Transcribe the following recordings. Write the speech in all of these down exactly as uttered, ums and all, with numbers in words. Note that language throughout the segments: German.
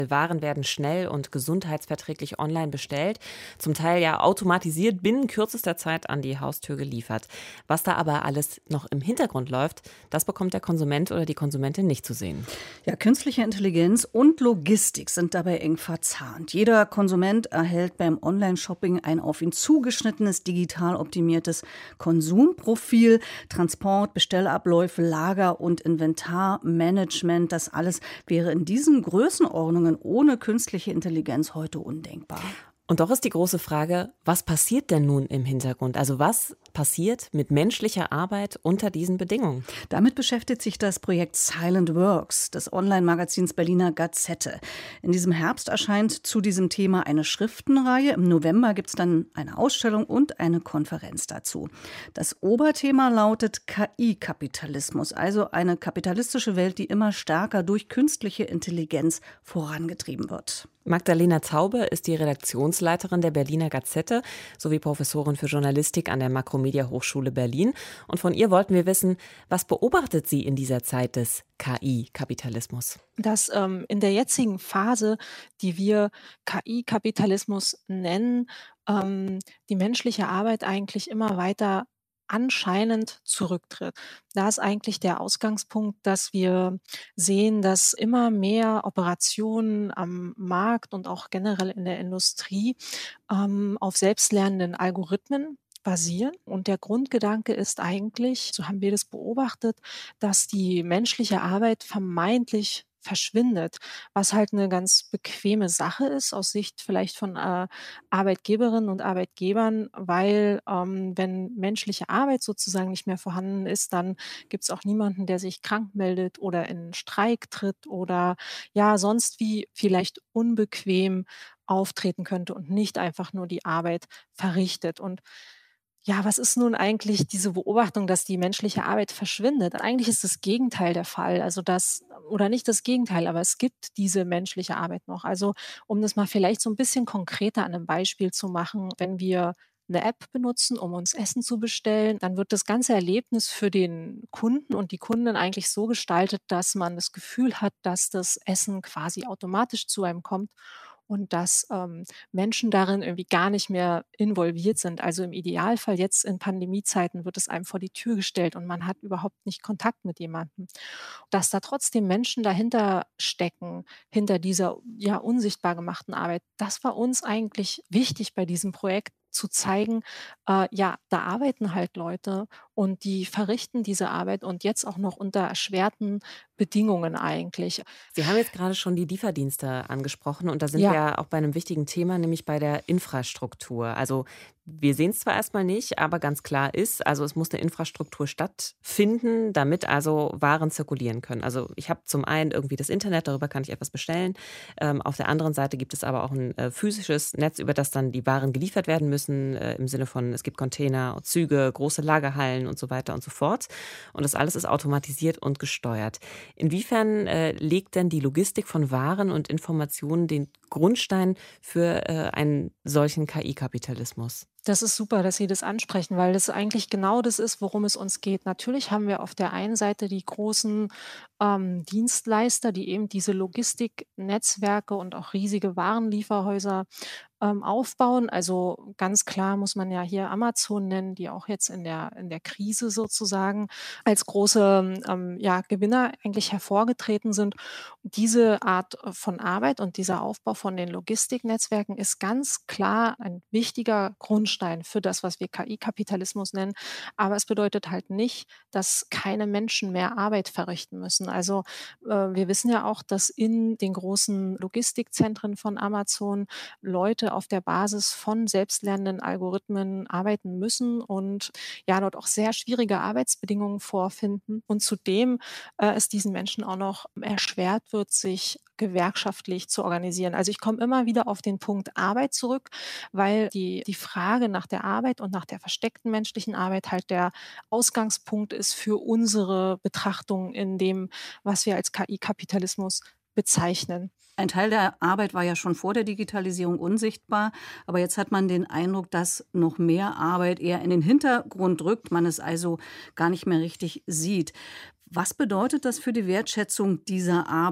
Waren werden schnell und gesundheitsverträglich online bestellt, zum Teil ja automatisiert binnen kürzester Zeit an die Haustür geliefert. Was da aber alles noch im Hintergrund läuft, das bekommt der Konsument oder die Konsumentin nicht zu sehen. Ja, künstliche Intelligenz und Logistik sind dabei eng verzahnt. Jeder Konsument erhält beim Online-Shopping ein auf ihn zugeschnittenes, digital optimiertes Konsumprofil. Transport, Bestellabläufe, Lager- und Inventarmanagement, das alles wäre in diesen Größenordnungen ohne künstliche Intelligenz heute undenkbar. Und doch ist die große Frage, was passiert denn nun im Hintergrund? Also was passiert mit menschlicher Arbeit unter diesen Bedingungen? Damit beschäftigt sich das Projekt Silent Works des Online-Magazins Berliner Gazette. In diesem Herbst erscheint zu diesem Thema eine Schriftenreihe. Im November gibt es dann eine Ausstellung und eine Konferenz dazu. Das Oberthema lautet K I-Kapitalismus, also eine kapitalistische Welt, die immer stärker durch künstliche Intelligenz vorangetrieben wird. Magdalena Zaube ist die Redaktionsleiterin der Berliner Gazette sowie Professorin für Journalistik an der Makromedia Hochschule Berlin. Und von ihr wollten wir wissen, was beobachtet sie in dieser Zeit des K I-Kapitalismus? Dass ähm, in der jetzigen Phase, die wir K I-Kapitalismus nennen, ähm, die menschliche Arbeit eigentlich immer weiter anscheinend zurücktritt. Da ist eigentlich der Ausgangspunkt, dass wir sehen, dass immer mehr Operationen am Markt und auch generell in der Industrie ähm, auf selbstlernenden Algorithmen basieren. Und der Grundgedanke ist eigentlich, so haben wir das beobachtet, dass die menschliche Arbeit vermeintlich verschwindet, was halt eine ganz bequeme Sache ist aus Sicht vielleicht von äh, Arbeitgeberinnen und Arbeitgebern, weil ähm, wenn menschliche Arbeit sozusagen nicht mehr vorhanden ist, dann gibt es auch niemanden, der sich krank meldet oder in 'n Streik tritt oder ja sonst wie vielleicht unbequem auftreten könnte und nicht einfach nur die Arbeit verrichtet. Und ja, was ist nun eigentlich diese Beobachtung, dass die menschliche Arbeit verschwindet? Eigentlich ist das Gegenteil der Fall. Also das oder nicht das Gegenteil, aber es gibt diese menschliche Arbeit noch. Also, um das mal vielleicht so ein bisschen konkreter an einem Beispiel zu machen, wenn wir eine App benutzen, um uns Essen zu bestellen, dann wird das ganze Erlebnis für den Kunden und die Kundin eigentlich so gestaltet, dass man das Gefühl hat, dass das Essen quasi automatisch zu einem kommt und dass, ähm, Menschen darin irgendwie gar nicht mehr involviert sind. Also, im Idealfall jetzt in Pandemiezeiten wird es einem vor die Tür gestellt und man hat überhaupt nicht Kontakt mit jemandem. Dass da trotzdem Menschen dahinter stecken, hinter dieser, ja, unsichtbar gemachten Arbeit, das war uns eigentlich wichtig bei diesem Projekt zu zeigen, äh, ja, da arbeiten halt Leute und die verrichten diese Arbeit und jetzt auch noch unter erschwerten Bedingungen eigentlich. Sie haben jetzt gerade schon die Lieferdienste angesprochen und da sind wir Ja. ja auch bei einem wichtigen Thema, nämlich bei der Infrastruktur. Also wir sehen es zwar erstmal nicht, aber ganz klar ist, also es muss eine Infrastruktur stattfinden, damit also Waren zirkulieren können. Also ich habe zum einen irgendwie das Internet, darüber kann ich etwas bestellen. Ähm, auf der anderen Seite gibt es aber auch ein äh, physisches Netz, über das dann die Waren geliefert werden müssen, äh, im Sinne von, es gibt Container, Züge, große Lagerhallen und so weiter und so fort. Und das alles ist automatisiert und gesteuert. Inwiefern äh, legt denn die Logistik von Waren und Informationen den Grundstein für äh, einen solchen K I-Kapitalismus? Das ist super, dass Sie das ansprechen, weil das eigentlich genau das ist, worum es uns geht. Natürlich haben wir auf der einen Seite die großen ähm, Dienstleister, die eben diese Logistiknetzwerke und auch riesige Warenlieferhäuser ähm, aufbauen. Also ganz klar muss man ja hier Amazon nennen, die auch jetzt in der, in der Krise sozusagen als große ähm, ja, Gewinner eigentlich hervorgetreten sind. Und diese Art äh, von Arbeit und dieser Aufbau von den Logistiknetzwerken ist ganz klar ein wichtiger Grundstein für das, was wir K I-Kapitalismus nennen. Aber es bedeutet halt nicht, dass keine Menschen mehr Arbeit verrichten müssen. Also äh, wir wissen ja auch, dass in den großen Logistikzentren von Amazon Leute auf der Basis von selbstlernenden Algorithmen arbeiten müssen und ja dort auch sehr schwierige Arbeitsbedingungen vorfinden. Und zudem äh, es diesen Menschen auch noch erschwert wird, sich gewerkschaftlich zu organisieren. Also ich komme immer wieder auf den Punkt Arbeit zurück, weil die, die Frage nach der Arbeit und nach der versteckten menschlichen Arbeit halt der Ausgangspunkt ist für unsere Betrachtung in dem, was wir als K I-Kapitalismus bezeichnen. Ein Teil der Arbeit war ja schon vor der Digitalisierung unsichtbar, aber jetzt hat man den Eindruck, dass noch mehr Arbeit eher in den Hintergrund rückt, man es also gar nicht mehr richtig sieht. Was bedeutet das für die Wertschätzung dieser Arbeit,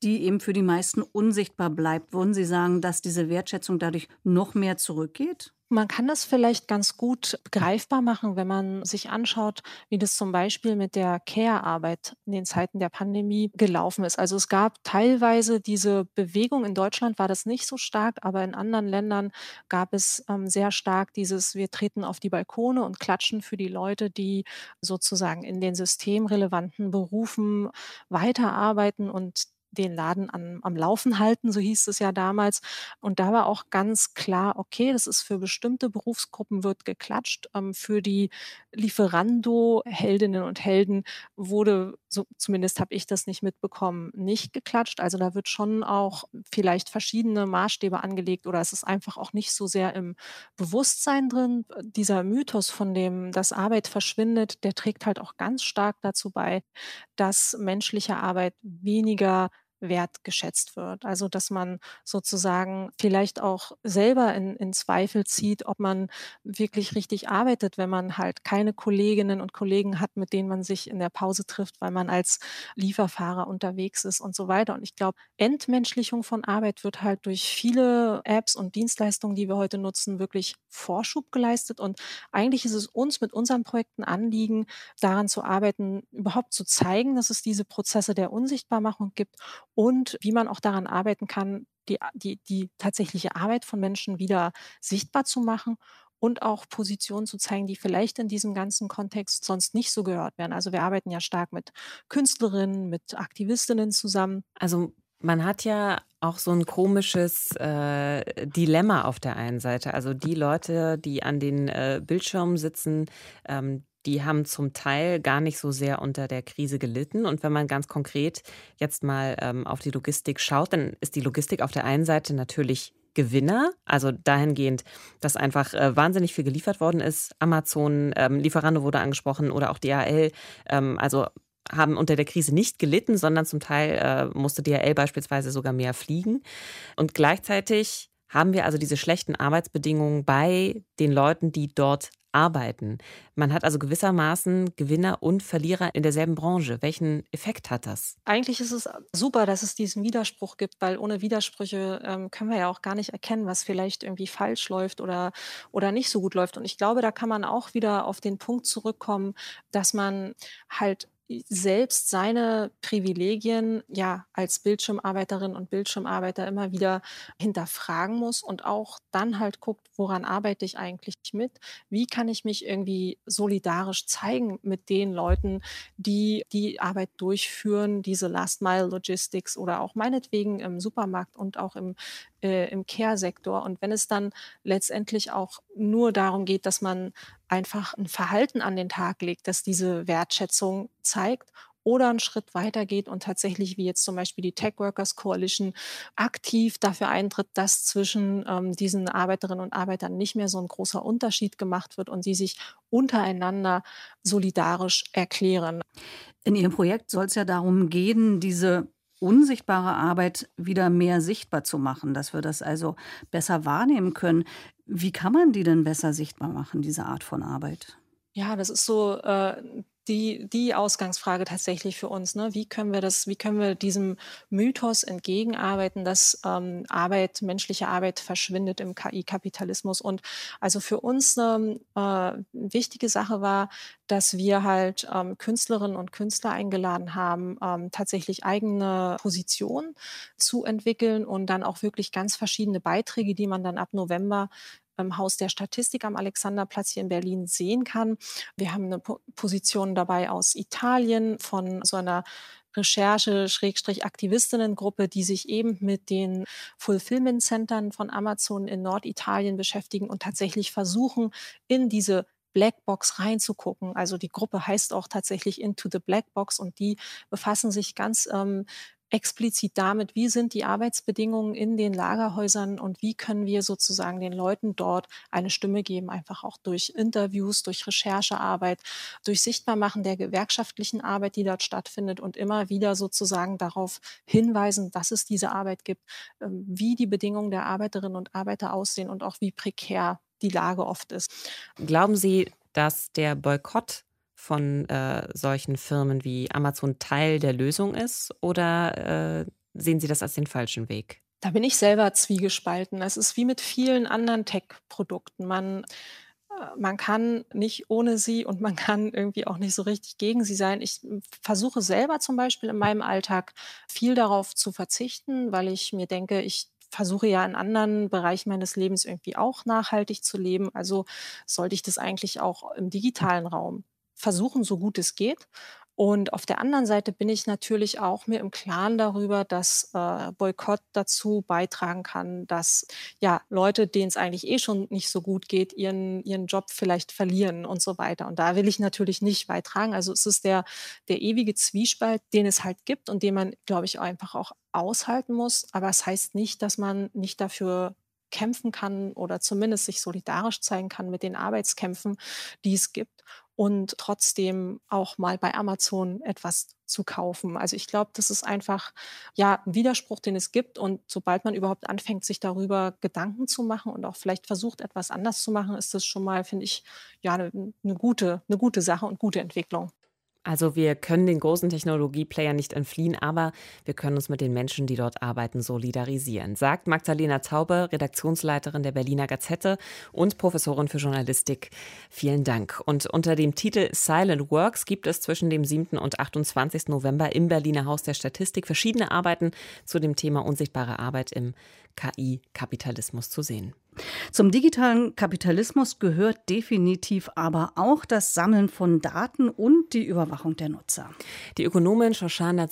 die eben für die meisten unsichtbar bleibt. Würden Sie sagen, dass diese Wertschätzung dadurch noch mehr zurückgeht? Man kann das vielleicht ganz gut greifbar machen, wenn man sich anschaut, wie das zum Beispiel mit der Care-Arbeit in den Zeiten der Pandemie gelaufen ist. Also es gab teilweise diese Bewegung, in Deutschland war das nicht so stark, aber in anderen Ländern gab es ähm, sehr stark dieses, wir treten auf die Balkone und klatschen für die Leute, die sozusagen in den systemrelevanten Berufen weiterarbeiten und den Laden an, am Laufen halten, so hieß es ja damals. Und da war auch ganz klar, okay, das ist für bestimmte Berufsgruppen wird geklatscht. Ähm, für die Lieferando-Heldinnen und Helden wurde, so zumindest habe ich das nicht mitbekommen, nicht geklatscht. Also da wird schon auch vielleicht verschiedene Maßstäbe angelegt oder es ist einfach auch nicht so sehr im Bewusstsein drin. Dieser Mythos von dem, dass Arbeit verschwindet, der trägt halt auch ganz stark dazu bei, dass menschliche Arbeit weniger wertgeschätzt wird. Also, dass man sozusagen vielleicht auch selber in in Zweifel zieht, ob man wirklich richtig arbeitet, wenn man halt keine Kolleginnen und Kollegen hat, mit denen man sich in der Pause trifft, weil man als Lieferfahrer unterwegs ist und so weiter. Und ich glaube, Entmenschlichung von Arbeit wird halt durch viele Apps und Dienstleistungen, die wir heute nutzen, wirklich Vorschub geleistet. Und eigentlich ist es uns mit unseren Projekten Anliegen, daran zu arbeiten, überhaupt zu zeigen, dass es diese Prozesse der Unsichtbarmachung gibt und wie man auch daran arbeiten kann, die die die tatsächliche Arbeit von Menschen wieder sichtbar zu machen und auch Positionen zu zeigen, die vielleicht in diesem ganzen Kontext sonst nicht so gehört werden. Also, wir arbeiten ja stark mit Künstlerinnen, mit Aktivistinnen zusammen. Also, man hat ja auch so ein komisches, äh, Dilemma auf der einen Seite. Also, die Leute, die an den, äh, Bildschirmen sitzen, ähm, die haben zum Teil gar nicht so sehr unter der Krise gelitten. Und wenn man ganz konkret jetzt mal, ähm, auf die Logistik schaut, dann ist die Logistik auf der einen Seite natürlich Gewinner, also dahingehend, dass einfach, äh, wahnsinnig viel geliefert worden ist. Amazon, ähm, Lieferando wurde angesprochen oder auch D H L. Ähm, also haben unter der Krise nicht gelitten, sondern zum Teil äh, musste D H L beispielsweise sogar mehr fliegen. Und gleichzeitig haben wir also diese schlechten Arbeitsbedingungen bei den Leuten, die dort arbeiten. Man hat also gewissermaßen Gewinner und Verlierer in derselben Branche. Welchen Effekt hat das? Eigentlich ist es super, dass es diesen Widerspruch gibt, weil ohne Widersprüche, ähm, können wir ja auch gar nicht erkennen, was vielleicht irgendwie falsch läuft oder oder nicht so gut läuft. Und ich glaube, da kann man auch wieder auf den Punkt zurückkommen, dass man halt selbst seine Privilegien, ja, als Bildschirmarbeiterin und Bildschirmarbeiter immer wieder hinterfragen muss und auch dann halt guckt, woran arbeite ich eigentlich mit? Wie kann ich mich irgendwie solidarisch zeigen mit den Leuten, die die Arbeit durchführen, diese Last Mile Logistics oder auch meinetwegen im Supermarkt und auch im, äh, im Care-Sektor. Und wenn es dann letztendlich auch nur darum geht, dass man einfach ein Verhalten an den Tag legt, das diese Wertschätzung zeigt oder einen Schritt weitergeht und tatsächlich, wie jetzt zum Beispiel die Tech Workers Coalition, aktiv dafür eintritt, dass zwischen, ähm, diesen Arbeiterinnen und Arbeitern nicht mehr so ein großer Unterschied gemacht wird und sie sich untereinander solidarisch erklären. In Ihrem Projekt soll es ja darum gehen, diese unsichtbare Arbeit wieder mehr sichtbar zu machen, dass wir das also besser wahrnehmen können. Wie kann man die denn besser sichtbar machen, diese Art von Arbeit? Ja, das ist so, äh, die die Ausgangsfrage tatsächlich für uns, ne? Wie können wir das wie können wir diesem Mythos entgegenarbeiten, dass, ähm, Arbeit menschliche Arbeit verschwindet im K I-Kapitalismus? Und also für uns 'ne, äh, wichtige Sache war, dass wir halt, ähm, Künstlerinnen und Künstler eingeladen haben, ähm, tatsächlich eigene Positionen zu entwickeln und dann auch wirklich ganz verschiedene Beiträge, die man dann ab November im Haus der Statistik am Alexanderplatz hier in Berlin sehen kann. Wir haben eine Po Position dabei aus Italien von so einer Recherche-Aktivistinnengruppe, die sich eben mit den Fulfillment-Centern von Amazon in Norditalien beschäftigen und tatsächlich versuchen, in diese Blackbox reinzugucken. Also die Gruppe heißt auch tatsächlich Into the Blackbox und die befassen sich ganz ähm, explizit damit, wie sind die Arbeitsbedingungen in den Lagerhäusern und wie können wir sozusagen den Leuten dort eine Stimme geben, einfach auch durch Interviews, durch Recherchearbeit, durch Sichtbarmachen der gewerkschaftlichen Arbeit, die dort stattfindet und immer wieder sozusagen darauf hinweisen, dass es diese Arbeit gibt, ähm, wie die Bedingungen der Arbeiterinnen und Arbeiter aussehen und auch wie prekär die Lage oft ist. Glauben Sie, dass der Boykott von, äh, solchen Firmen wie Amazon Teil der Lösung ist oder, äh, sehen Sie das als den falschen Weg? Da bin ich selber zwiegespalten. Es ist wie mit vielen anderen Tech-Produkten. Man äh, man kann nicht ohne sie und man kann irgendwie auch nicht so richtig gegen sie sein. Ich hm, versuche selber zum Beispiel in meinem Alltag viel darauf zu verzichten, weil ich mir denke, ich versuche ja in anderen Bereichen meines Lebens irgendwie auch nachhaltig zu leben. Also sollte ich das eigentlich auch im digitalen Raum versuchen, so gut es geht. Und auf der anderen Seite bin ich natürlich auch mir im Klaren darüber, dass äh, Boykott dazu beitragen kann, dass ja Leute, denen es eigentlich eh schon nicht so gut geht, ihren, ihren Job vielleicht verlieren und so weiter. Und da will ich natürlich nicht beitragen. Also es ist der, der ewige Zwiespalt, den es halt gibt und den man, glaube ich, einfach auch aushalten muss. Aber es heißt nicht, dass man nicht dafür kämpfen kann oder zumindest sich solidarisch zeigen kann mit den Arbeitskämpfen, die es gibt und trotzdem auch mal bei Amazon etwas zu kaufen. Also ich glaube, das ist einfach ja ein Widerspruch, den es gibt. Und sobald man überhaupt anfängt, sich darüber Gedanken zu machen und auch vielleicht versucht, etwas anders zu machen, ist das schon mal, finde ich, ja eine, eine gute, eine gute Sache und gute Entwicklung. Also wir können den großen Technologieplayern nicht entfliehen, aber wir können uns mit den Menschen, die dort arbeiten, solidarisieren, sagt Magdalena Taube, Redaktionsleiterin der Berliner Gazette und Professorin für Journalistik. Vielen Dank. Und unter dem Titel Silent Works gibt es zwischen dem siebten und achtundzwanzigsten November im Berliner Haus der Statistik verschiedene Arbeiten zu dem Thema unsichtbare Arbeit im K I-Kapitalismus zu sehen. Zum digitalen Kapitalismus gehört definitiv aber auch das Sammeln von Daten und die Überwachung der Nutzer. Die Ökonomin Shoshana